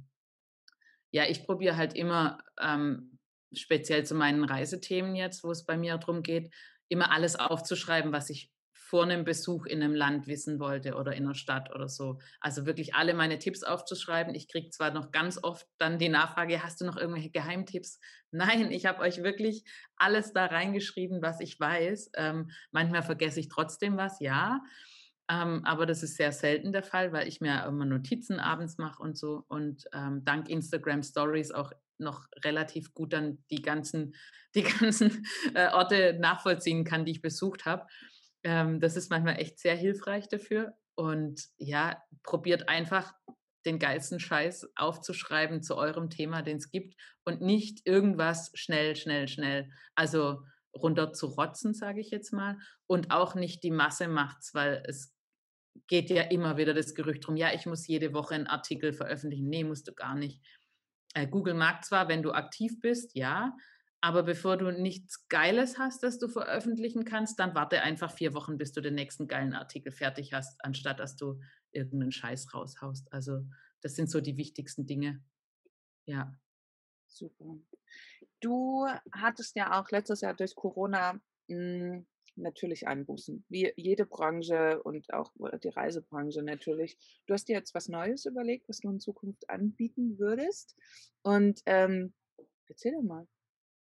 ja, ich probiere halt immer, speziell zu meinen Reisethemen jetzt, wo es bei mir drum geht, immer alles aufzuschreiben, was ich vor einem Besuch in einem Land wissen wollte oder in 'ner Stadt oder so. Also, wirklich alle meine Tipps aufzuschreiben. Ich kriege zwar noch ganz oft dann die Nachfrage: „Hast du noch irgendwelche Geheimtipps?" Nein, ich habe euch wirklich alles da reingeschrieben, was ich weiß. Manchmal vergesse ich trotzdem was, ja, aber das ist sehr selten der Fall, weil ich mir immer Notizen abends mache und so und, dank Instagram Stories auch noch relativ gut dann die ganzen, Orte nachvollziehen kann, die ich besucht habe. Das ist manchmal echt sehr hilfreich dafür und ja, probiert einfach den geilsten Scheiß aufzuschreiben zu eurem Thema, den es gibt und nicht irgendwas schnell, schnell, schnell, also runter zu rotzen, sage ich jetzt mal, und auch nicht die Masse macht's, weil es geht ja immer wieder das Gerücht drum: „Ja, ich muss jede Woche 'n Artikel veröffentlichen." Ne, musst du gar nicht. Google mag zwar, wenn du aktiv bist, ja, aber bevor du nichts Geiles hast, das du veröffentlichen kannst, dann warte einfach 4 Wochen, bis du den nächsten geilen Artikel fertig hast, anstatt dass du irgend 'nen Scheiß raushaust. Also, das sind so die wichtigsten Dinge. Ja. Super. Du hattest ja auch letztes Jahr durch Corona, hm, natürlich Einbußen, wie jede Branche und auch die Reisebranche natürlich. Du hast dir jetzt was Neues überlegt, was du in Zukunft anbieten würdest und, erzähl doch mal.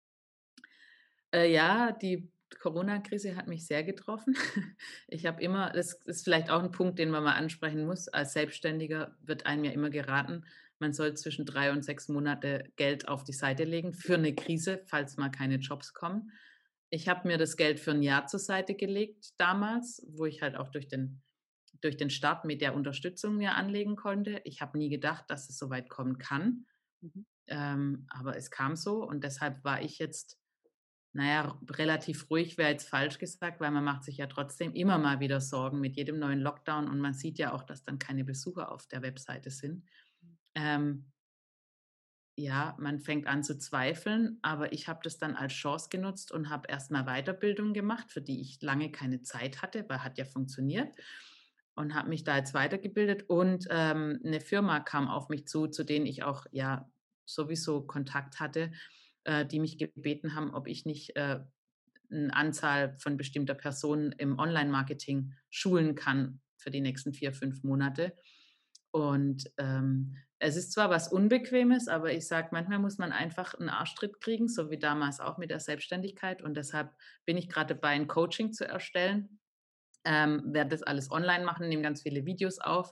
Ja, die Corona-Krise hat mich sehr getroffen. Ich habe immer, das ist vielleicht auch ein Punkt, den man mal ansprechen muss. Als Selbstständiger wird einem ja immer geraten, man soll zwischen 3 und 6 Monate Geld auf die Seite legen für eine Krise, falls mal keine Jobs kommen. Ich habe mir das Geld für ein Jahr zur Seite gelegt damals, wo ich halt auch durch den Start mit der Unterstützung mir anlegen konnte. Ich habe nie gedacht, dass es so weit kommen kann, Mhm. aber es kam so und deshalb war ich jetzt naja, relativ ruhig wäre jetzt falsch gesagt, weil man macht sich ja trotzdem immer mal wieder Sorgen mit jedem neuen Lockdown und man sieht ja auch, dass dann keine Besucher auf der Webseite sind. Ähm, ja, man fängt an zu zweifeln, aber ich habe das dann als Chance genutzt und habe erst mal Weiterbildung gemacht, für die ich lange keine Zeit hatte, weil hat ja funktioniert und habe mich da jetzt weitergebildet und, 'ne Firma kam auf mich zu denen ich auch, ja, sowieso Kontakt hatte, die mich gebeten haben, ob ich nicht, 'ne Anzahl von bestimmter Personen im Online-Marketing schulen kann für die nächsten 4, 5 Monate. Und, es ist zwar was Unbequemes, aber ich sage, manchmal muss man einfach einen Arschtritt kriegen, so wie damals auch mit der Selbstständigkeit. Und deshalb bin ich gerade dabei, ein Coaching zu erstellen, werde das alles online machen, nehme ganz viele Videos auf.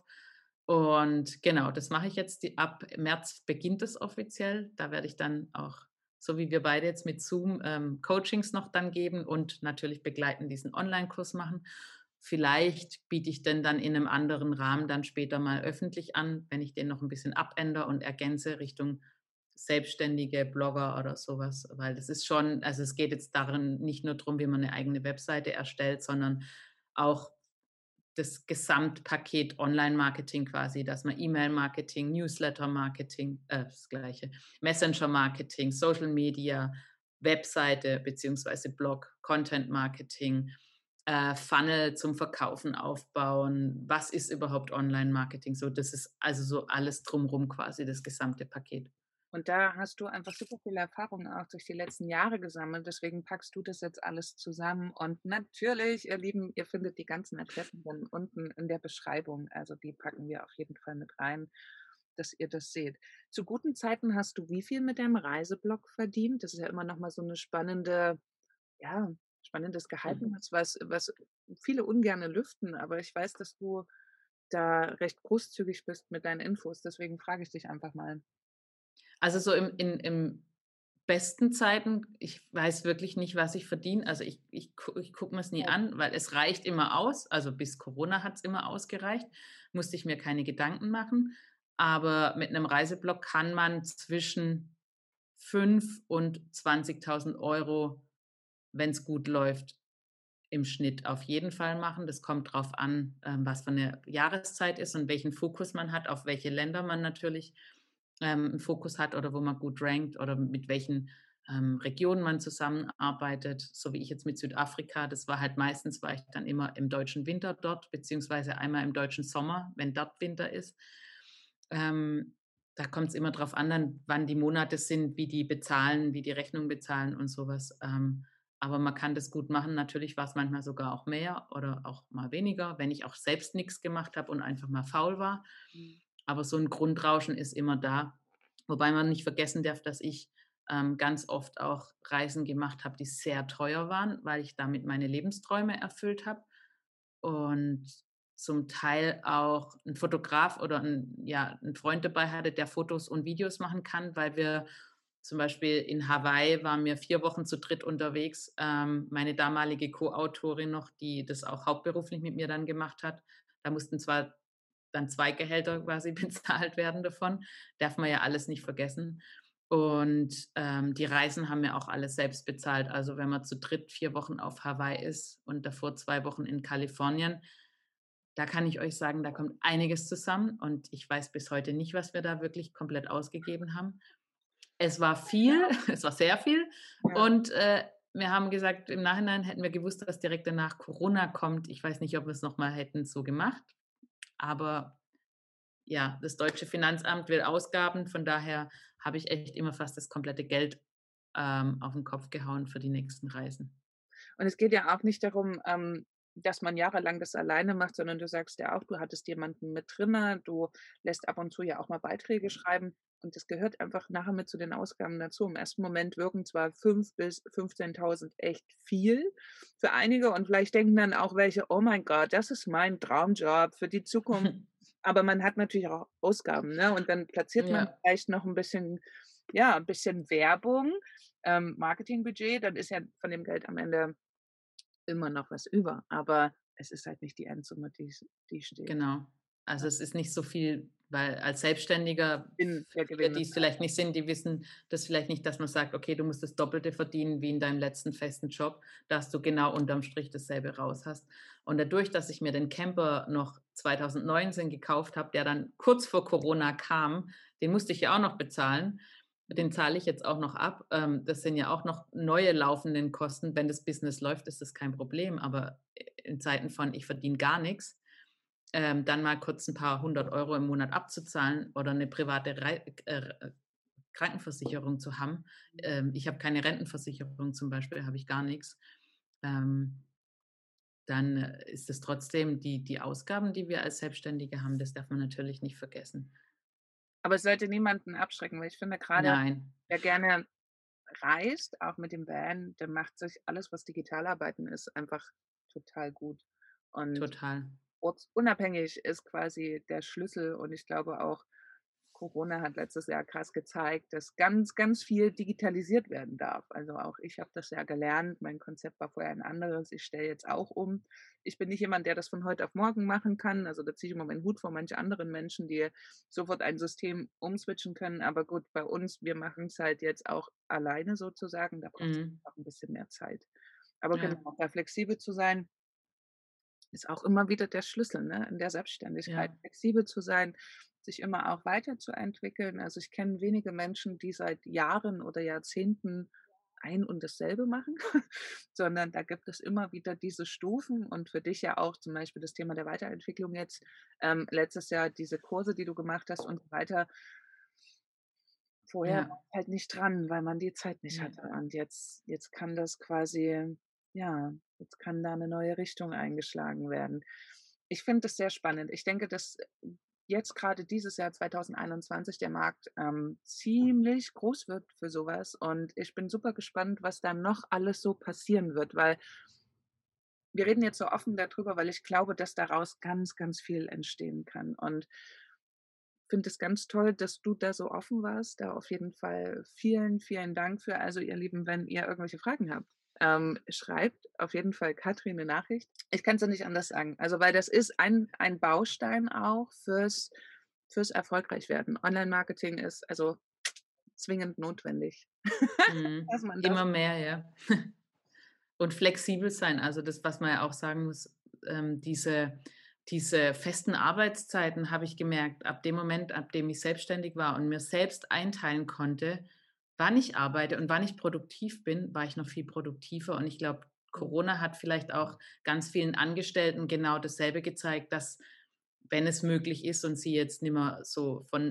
Und genau, das mache ich jetzt. Ab März beginnt es offiziell. Da werde ich dann auch, so wie wir beide jetzt mit Zoom, Coachings noch dann geben und natürlich begleiten diesen Online-Kurs machen. Vielleicht biete ich den dann in einem anderen Rahmen dann später mal öffentlich an, wenn ich den noch ein bisschen abändere und ergänze Richtung Selbstständige, Blogger oder sowas. Weil das ist schon, also, es geht jetzt darin nicht nur darum, wie man eine eigene Webseite erstellt, sondern auch das Gesamtpaket Online-Marketing quasi, dass man E-Mail-Marketing, Newsletter-Marketing, das Gleiche, Messenger-Marketing, Social Media, Webseite beziehungsweise Blog, Content-Marketing, Funnel zum Verkaufen aufbauen. Was ist überhaupt Online-Marketing? So, das ist also so alles drumrum quasi, das gesamte Paket. Und da hast du einfach super viele Erfahrungen auch durch die letzten Jahre gesammelt. Deswegen packst du das jetzt alles zusammen. Und natürlich, ihr Lieben, ihr findet die ganzen Adressen dann unten in der Beschreibung. Also die packen wir auf jeden Fall mit rein, dass ihr das seht. Zu guten Zeiten hast du wie viel mit deinem Reiseblog verdient? Das ist ja immer noch mal so eine spannende, ja, spannendes Mhm. Geheimnis, was viele ungerne lüften. Aber ich weiß, dass du da recht großzügig bist mit deinen Infos. Deswegen frage ich dich einfach mal. Also, so im besten Zeiten, ich weiß wirklich nicht, was ich verdiene. Also, ich gucke mir's nie an, weil es reicht immer aus. Also, bis Corona hat's immer ausgereicht, musste ich mir keine Gedanken machen. Aber mit 'nem Reiseblog kann man zwischen 5 und 20.000 €, wenn's gut läuft, im Schnitt auf jeden Fall machen. Das kommt drauf an, was für 'ne Jahreszeit ist und welchen Fokus man hat, auf welche Länder man natürlich, 'n Fokus hat oder wo man gut rankt oder mit welchen, Regionen man zusammenarbeitet, so wie ich jetzt mit Südafrika. Das war halt meistens war ich dann immer im deutschen Winter dort, beziehungsweise einmal im deutschen Sommer, wenn dort Winter ist. Ähm, Da kommt's immer drauf an dann, wann die Monate sind, wie die bezahlen, wie die Rechnung bezahlen und so was. Aber man kann das gut machen. Natürlich war's manchmal sogar auch mehr oder auch mal weniger, wenn ich auch selbst nix gemacht habe und einfach mal faul war. Mhm. Aber so 'n Grundrauschen ist immer da. Wobei man nicht vergessen darf, dass ich, ganz oft auch Reisen gemacht habe, die sehr teuer waren, weil ich damit meine Lebensträume erfüllt habe und zum Teil auch 'n Fotograf oder 'n Freund dabei hatte, der Fotos und Videos machen kann, weil wir zum Beispiel in Hawaii waren wir 4 Wochen zu dritt unterwegs. Meine damalige Co-Autorin noch, die das auch hauptberuflich mit mir dann gemacht hat. Da mussten zwar dann 2 Gehälter quasi bezahlt werden davon, darf man ja alles nicht vergessen. Und, die Reisen haben wir auch alles selbst bezahlt. Also, wenn man zu dritt 4 Wochen auf Hawaii ist und davor 2 Wochen in Kalifornien, da kann ich euch sagen, da kommt einiges zusammen und ich weiß bis heute nicht, was wir da wirklich komplett ausgegeben haben. Es war viel, es war sehr viel Ja. und, wir haben gesagt, im Nachhinein hätten wir gewusst, dass direkt danach Corona kommt. Ich weiß nicht, ob wir's noch mal hätten so gemacht, aber ja, das deutsche Finanzamt will Ausgaben, von daher habe ich echt immer fast das komplette Geld, auf 'n Kopf gehauen für die nächsten Reisen. Und es geht ja auch nicht darum, dass man jahrelang das alleine macht, sondern du sagst ja auch, du hattest jemanden mit drinne, du lässt ab und zu ja auch mal Beiträge schreiben und das gehört einfach nachher mit zu den Ausgaben dazu. Im ersten Moment wirken zwar 5 bis 15.000 echt viel für einige und vielleicht denken dann auch welche: „Oh mein Gott, das ist mein Traumjob für die Zukunft.“ Aber man hat natürlich auch Ausgaben, ne? Und dann platziert man Ja, vielleicht noch 'n bisschen, ja, 'n bisschen Werbung, Marketingbudget, dann ist ja von dem Geld am Ende immer noch was über, aber es ist halt nicht die Endsumme, die steht. genau. Ja. Also, es ist nicht so viel Weil als Selbstständiger, in der viele, die es Gewinnmittel. vielleicht nicht sind, die wissen das vielleicht nicht, dass man sagt: „Okay, du musst das Doppelte verdienen wie in deinem letzten festen Job, dass du genau unterm Strich dasselbe raus hast.“ Und dadurch, dass ich mir den Camper noch 2019 gekauft habe, der dann kurz vor Corona kam, den musste ich ja auch noch bezahlen. Den zahle ich jetzt auch noch ab. Das sind ja auch noch neue laufenden Kosten. Wenn das Business läuft, ist das kein Problem, aber in Zeiten von: „Ich verdiene gar nichts, dann mal kurz ein paar 100 € im Monat abzuzahlen oder eine private Krankenversicherung zu haben. Ich habe keine Rentenversicherung zum Beispiel, habe ich gar nichts. Ähm, dann ist es trotzdem die Ausgaben, die wir als Selbstständige haben, das darf man natürlich nicht vergessen. Aber es sollte niemanden abschrecken, weil ich finde grade, Nein, wer gerne reist, auch mit dem Van, der macht sich alles, was Digitalarbeiten ist, einfach total gut. Und total. ortsunabhängig ist quasi der Schlüssel und ich glaube auch, Corona hat letztes Jahr krass gezeigt, dass ganz, ganz viel digitalisiert werden darf. Also, auch ich habe das ja gelernt. Mein Konzept war vorher ein anderes. Ich stelle jetzt auch um. Ich bin nicht jemand, der das von heute auf morgen machen kann. Also, da ziehe ich immer meinen Hut vor manche anderen Menschen, die sofort ein System umswitchen können. Aber gut, bei uns, wir machen es halt jetzt auch alleine sozusagen. Da braucht es Mhm. auch ein bisschen mehr Zeit. Aber Ja, genau, da flexibel zu sein, ist auch immer wieder der Schlüssel, ne, in der Selbstständigkeit. ja. Flexibel zu sein, sich immer auch weiterzuentwickeln. Also, ich kenne wenige Menschen, die seit Jahren oder Jahrzehnten ein und dasselbe machen, sondern da gibt es immer wieder diese Stufen und für dich ja auch zum Beispiel das Thema der Weiterentwicklung jetzt, letztes Jahr diese Kurse, die du gemacht hast und so weiter. Vorher war Ja, ich halt nicht dran, weil man die Zeit nicht ne, hatte und jetzt kann das quasi ja, jetzt kann da 'ne neue Richtung eingeschlagen werden. Ich finde das sehr spannend. Ich denke, dass jetzt grade dieses Jahr 2021 der Markt, ziemlich groß wird für so was und ich bin super gespannt, was da noch alles so passieren wird, weil wir reden jetzt so offen da drüber, weil ich glaube, dass daraus ganz, ganz viel entstehen kann und finde es ganz toll, dass du da so offen warst. Da auf jeden Fall vielen, vielen Dank für. Also, ihr Lieben, wenn ihr irgendwelche Fragen habt, schreibt auf jeden Fall Katrin 'ne Nachricht. Ich kann's ja nicht anders sagen. Also, weil das ist ein Baustein auch fürs Erfolgreichwerden. Online-Marketing ist also zwingend notwendig, mhm. dass man das Immer mehr, ja. Und flexibel sein. Also das, was man ja auch sagen muss, diese festen Arbeitszeiten habe ich gemerkt, ab dem Moment, ab dem ich selbstständig war und mir selbst einteilen konnte, wann ich arbeite und wann ich produktiv bin, war ich noch viel produktiver. Und ich glaube, Corona hat vielleicht auch ganz vielen Angestellten genau dasselbe gezeigt, dass, wenn es möglich ist und sie jetzt nicht mehr so von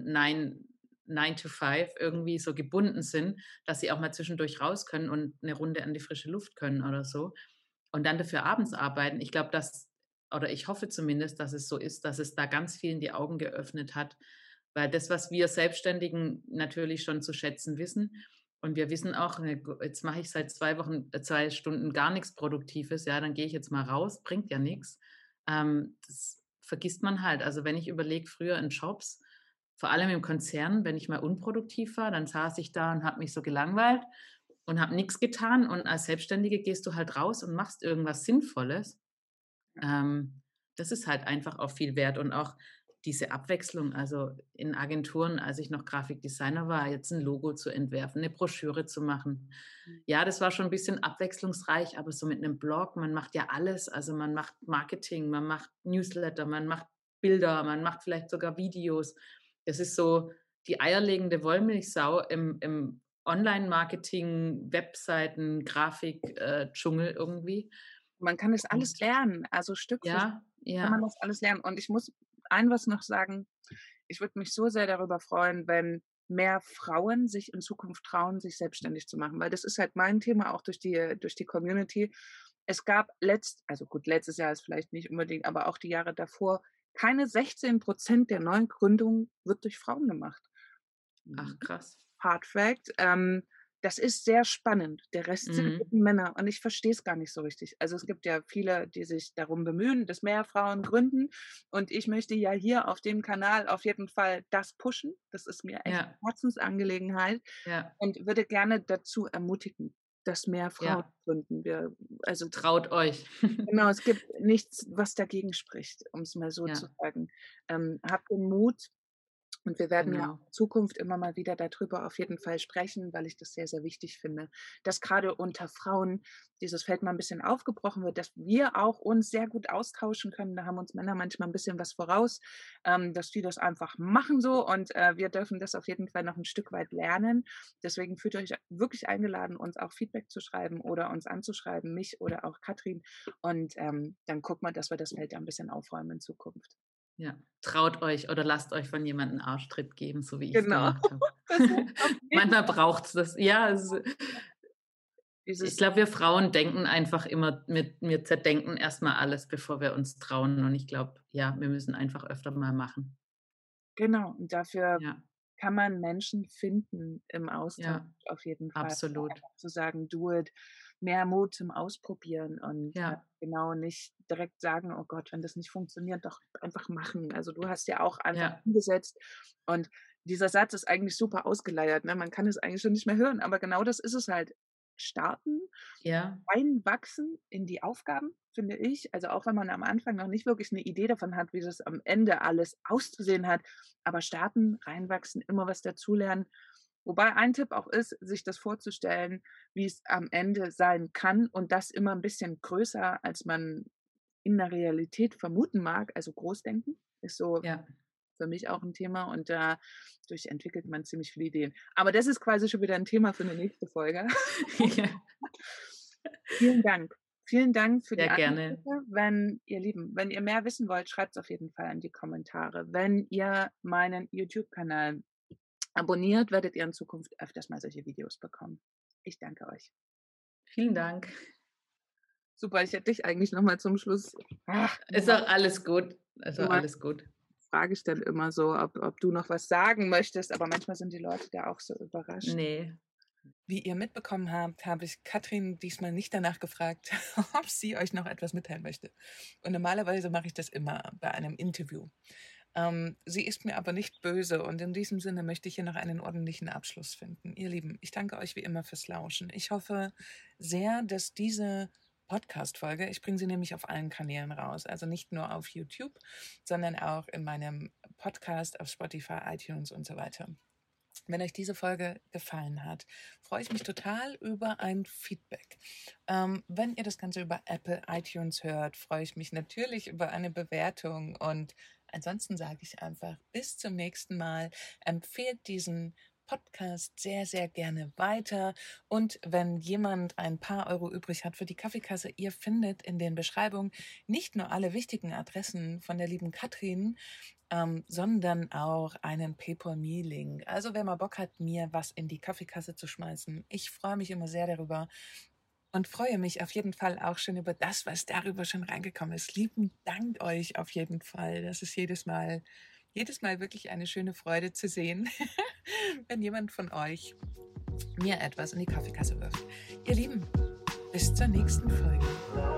9 to 5 irgendwie so gebunden sind, dass sie auch mal zwischendurch raus können und eine Runde an die frische Luft können oder so und dann dafür abends arbeiten. Ich glaube, dass, oder ich hoffe zumindest, dass es so ist, dass es da ganz vielen die Augen geöffnet hat, weil das, was wir Selbstständigen natürlich schon zu schätzen wissen, und wir wissen auch, ne, jetzt mache ich seit 2 Wochen 2 Stunden gar nichts Produktives, ja, dann gehe ich jetzt mal raus, bringt ja nichts. Das vergisst man halt. Also, wenn ich überlege, früher in Jobs, vor allem im Konzern, wenn ich mal unproduktiv war, dann saß ich da und habe mich so gelangweilt und habe nichts getan. Und als Selbstständige gehst du halt raus und machst irgendwas Sinnvolles. Ähm, Das ist halt einfach auch viel wert und auch diese Abwechslung. Also, in Agenturen, als ich noch Grafikdesigner war, jetzt ein Logo zu entwerfen, eine Broschüre zu machen. Ja, das war schon ein bisschen abwechslungsreich, aber so mit einem Blog, man macht ja alles. Also, man macht Marketing, man macht Newsletter, man macht Bilder, man macht vielleicht sogar Videos. Das ist so die eierlegende Wollmilchsau im Online-Marketing, Webseiten, Grafik, Dschungel irgendwie. man kann das alles Und lernen. Also, Stück für Stück ja, kann man ja, das alles lernen. Und ich muss was noch sagen. Ich würde mich so sehr darüber freuen, wenn mehr Frauen sich in Zukunft trauen, sich selbstständig zu machen, weil das ist halt mein Thema auch durch die Community. Es gab also gut, letztes Jahr ist vielleicht nicht unbedingt, aber auch die Jahre davor, keine 16% der Neugründungen wird durch Frauen gemacht. ach Mhm. krass. Hard Fact. Das ist sehr spannend. Der Rest sind Mhm. eben Männer und ich verstehe es gar nicht so richtig. Also, es gibt ja viele, die sich darum bemühen, dass mehr Frauen gründen und ich möchte ja hier auf dem Kanal auf jeden Fall das pushen. Das ist mir echt Ja, Herzensangelegenheit ja, und würde gerne dazu ermutigen, dass mehr Frauen ja. gründen. Also Traut euch. genau, es gibt nichts, was dagegen spricht, um es mal so zu Ja, sagen. Habt den Mut, Und wir werden ja Genau. auch in Zukunft immer mal wieder darüber auf jeden Fall sprechen, weil ich das sehr, sehr wichtig finde, dass gerade unter Frauen dieses Feld mal ein bisschen aufgebrochen wird, dass wir auch uns sehr gut austauschen können. Da haben uns Männer manchmal ein bisschen was voraus, dass die das einfach machen so und, wir dürfen das auf jeden Fall noch ein Stück weit lernen. Deswegen fühlt euch wirklich eingeladen, uns auch Feedback zu schreiben oder uns anzuschreiben, mich oder auch Katrin. Und, dann gucken wir, dass wir das Feld da 'n bisschen aufräumen in Zukunft. Ja. Traut euch oder lasst euch von jemandem 'n Arschtritt geben, so wie ich's Genau, gemacht habe. das hilft auf jeden Manchmal Fall. braucht's das. Ja, ich Dieses glaube, wir Frauen denken einfach immer, wir zerdenken erst mal alles, bevor wir uns trauen. Und ich glaube, ja, wir müssen einfach öfter mal machen. Genau, und dafür Ja, kann man Menschen finden im Austausch ja, auf jeden Fall. absolut. Einfach zu sagen: „Do it“, mehr Mut zum Ausprobieren und, Ja, genau, nicht direkt sagen: „Oh Gott, wenn das nicht funktioniert, doch einfach machen.“ Also, du hast ja auch einfach ja, umgesetzt und dieser Satz ist eigentlich super ausgeleiert, ne? Man kann es eigentlich schon nicht mehr hören, aber genau das ist es halt. Starten, ja, reinwachsen in die Aufgaben, finde ich. Also, auch wenn man am Anfang noch nicht wirklich 'ne Idee davon hat, wie das am Ende alles auszusehen hat, aber starten, reinwachsen, immer was dazulernen. Wobei ein Tipp auch ist, sich das vorzustellen, wie's am Ende sein kann und das immer 'n bisschen größer, als man in der Realität vermuten mag. Also, Großdenken ist so ja. für mich auch 'n Thema und dadurch entwickelt man ziemlich viele Ideen. Aber das ist quasi schon wieder 'n Thema für 'ne nächste Folge. Ja, Vielen Dank. Vielen Dank für die sehr gerne. Einblicke. Wenn ihr Lieben, wenn ihr mehr wissen wollt, schreibt's auf jeden Fall in die Kommentare. Wenn ihr meinen YouTube-Kanal abonniert, werdet ihr in Zukunft öfters mal solche Videos bekommen. Ich danke euch. Vielen Dank. Super, ich hätte dich eigentlich noch mal zum Schluss Ist auch alles gut. Also, normal alles gut. frage ich dann immer so, ob du noch was sagen möchtest, aber manchmal sind die Leute da auch so überrascht. Ne. Wie ihr mitbekommen habt, habe ich Katrin diesmal nicht danach gefragt, ob sie euch noch etwas mitteilen möchte. Und normalerweise mache ich das immer bei einem Interview. Sie ist mir aber nicht böse und in diesem Sinne möchte ich hier noch einen ordentlichen Abschluss finden. Ihr Lieben, ich danke euch wie immer fürs Lauschen. Ich hoffe sehr, dass diese Podcast-Folge, ich bringe sie nämlich auf allen Kanälen raus, also nicht nur auf YouTube, sondern auch in meinem Podcast auf Spotify, iTunes und so weiter. Wenn euch diese Folge gefallen hat, freue ich mich total über ein Feedback. Wenn ihr das Ganze über Apple iTunes hört, freue ich mich natürlich über eine Bewertung. Und ansonsten sage ich einfach bis zum nächsten Mal. Empfehlt diesen Podcast sehr, sehr gerne weiter. Und wenn jemand ein paar Euro übrig hat für die Kaffeekasse, ihr findet in den Beschreibungen nicht nur alle wichtigen Adressen von der lieben Katrin, sondern auch einen PayPal-Me-Link. Also wer mal Bock hat, mir was in die Kaffeekasse zu schmeißen, ich freue mich immer sehr darüber und freue mich auf jeden Fall auch schon über das, was darüber schon reingekommen ist. Lieben Dank euch auf jeden Fall. Das ist jedes Mal wirklich eine schöne Freude zu sehen, wenn jemand von euch mir etwas in die Kaffeekasse wirft. Ihr Lieben, bis zur nächsten Folge.